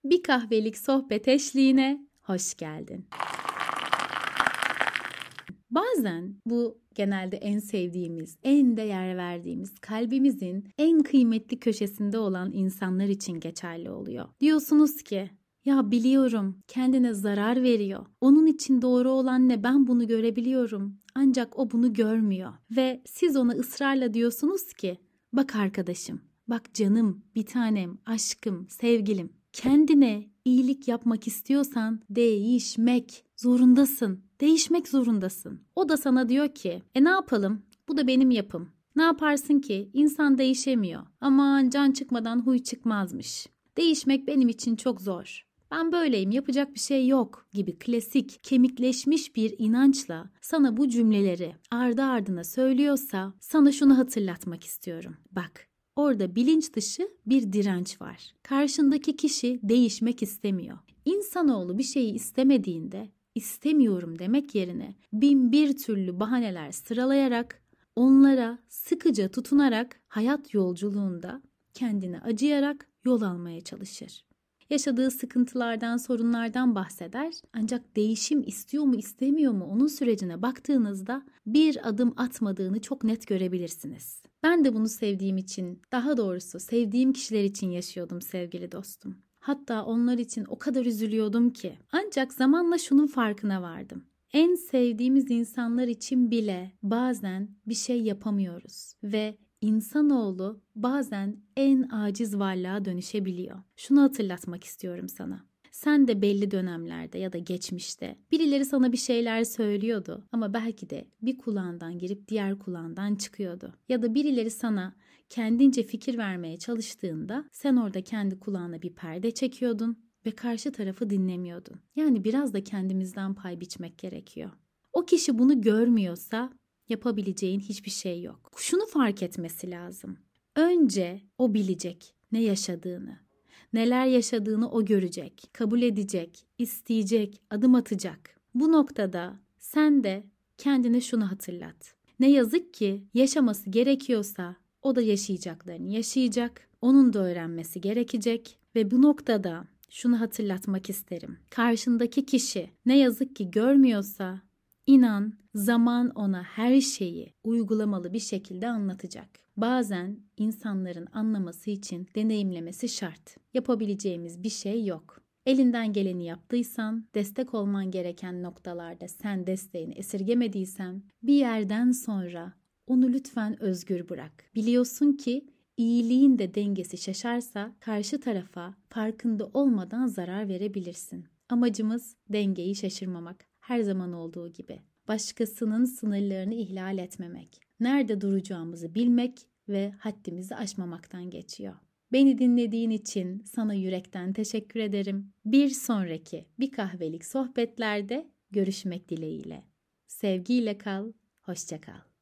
Bir kahvelik sohbet eşliğine hoş geldin. Bazen bu genelde en sevdiğimiz, en değer verdiğimiz, kalbimizin en kıymetli köşesinde olan insanlar için geçerli oluyor. Diyorsunuz ki, ya biliyorum kendine zarar veriyor. Onun için doğru olan ne, ben bunu görebiliyorum. Ancak o bunu görmüyor. Ve siz ona ısrarla diyorsunuz ki, bak arkadaşım, bak canım, bir tanem, aşkım, sevgilim. Kendine iyilik yapmak istiyorsan değişmek zorundasın. Değişmek zorundasın. O da sana diyor ki, ne yapalım? Bu da benim yapım. Ne yaparsın ki? İnsan değişemiyor. Aman can çıkmadan huy çıkmazmış. Değişmek benim için çok zor. Ben böyleyim, yapacak bir şey yok gibi klasik, kemikleşmiş bir inançla sana bu cümleleri ardı ardına söylüyorsa sana şunu hatırlatmak istiyorum. Bak, orada bilinç dışı bir direnç var. Karşındaki kişi değişmek istemiyor. İnsanoğlu bir şeyi istemediğinde istemiyorum demek yerine bin bir türlü bahaneler sıralayarak, onlara sıkıca tutunarak hayat yolculuğunda kendine acıyarak yol almaya çalışır. Yaşadığı sıkıntılardan, sorunlardan bahseder. Ancak değişim istiyor mu, istemiyor mu onun sürecine baktığınızda bir adım atmadığını çok net görebilirsiniz. Ben de bunu sevdiğim için, daha doğrusu sevdiğim kişiler için yaşıyordum sevgili dostum. Hatta onlar için o kadar üzülüyordum ki. Ancak zamanla şunun farkına vardım. En sevdiğimiz insanlar için bile bazen bir şey yapamıyoruz ve İnsanoğlu bazen en aciz varlığa dönüşebiliyor. Şunu hatırlatmak istiyorum sana. Sen de belli dönemlerde ya da geçmişte birileri sana bir şeyler söylüyordu ama belki de bir kulağından girip diğer kulağından çıkıyordu. Ya da birileri sana kendince fikir vermeye çalıştığında sen orada kendi kulağına bir perde çekiyordun ve karşı tarafı dinlemiyordun. Yani biraz da kendimizden pay biçmek gerekiyor. O kişi bunu görmüyorsa yapabileceğin hiçbir şey yok. Şunu fark etmesi lazım. Önce o bilecek ne yaşadığını, neler yaşadığını o görecek, kabul edecek, isteyecek, adım atacak. Bu noktada sen de kendine şunu hatırlat. Ne yazık ki yaşaması gerekiyorsa o da yaşayacaklarını yaşayacak, onun da öğrenmesi gerekecek ve bu noktada şunu hatırlatmak isterim. Karşındaki kişi ne yazık ki görmüyorsa İnan, zaman ona her şeyi uygulamalı bir şekilde anlatacak. Bazen insanların anlaması için deneyimlemesi şart. Yapabileceğimiz bir şey yok. Elinden geleni yaptıysan, destek olman gereken noktalarda sen desteğini esirgemediysen, bir yerden sonra onu lütfen özgür bırak. Biliyorsun ki iyiliğin de dengesi şaşarsa karşı tarafa farkında olmadan zarar verebilirsin. Amacımız dengeyi şaşırmamak. Her zaman olduğu gibi. Başkasının sınırlarını ihlal etmemek. Nerede duracağımızı bilmek ve haddimizi aşmamaktan geçiyor. Beni dinlediğin için sana yürekten teşekkür ederim. Bir sonraki bir kahvelik sohbetlerde görüşmek dileğiyle. Sevgiyle kal, hoşça kal.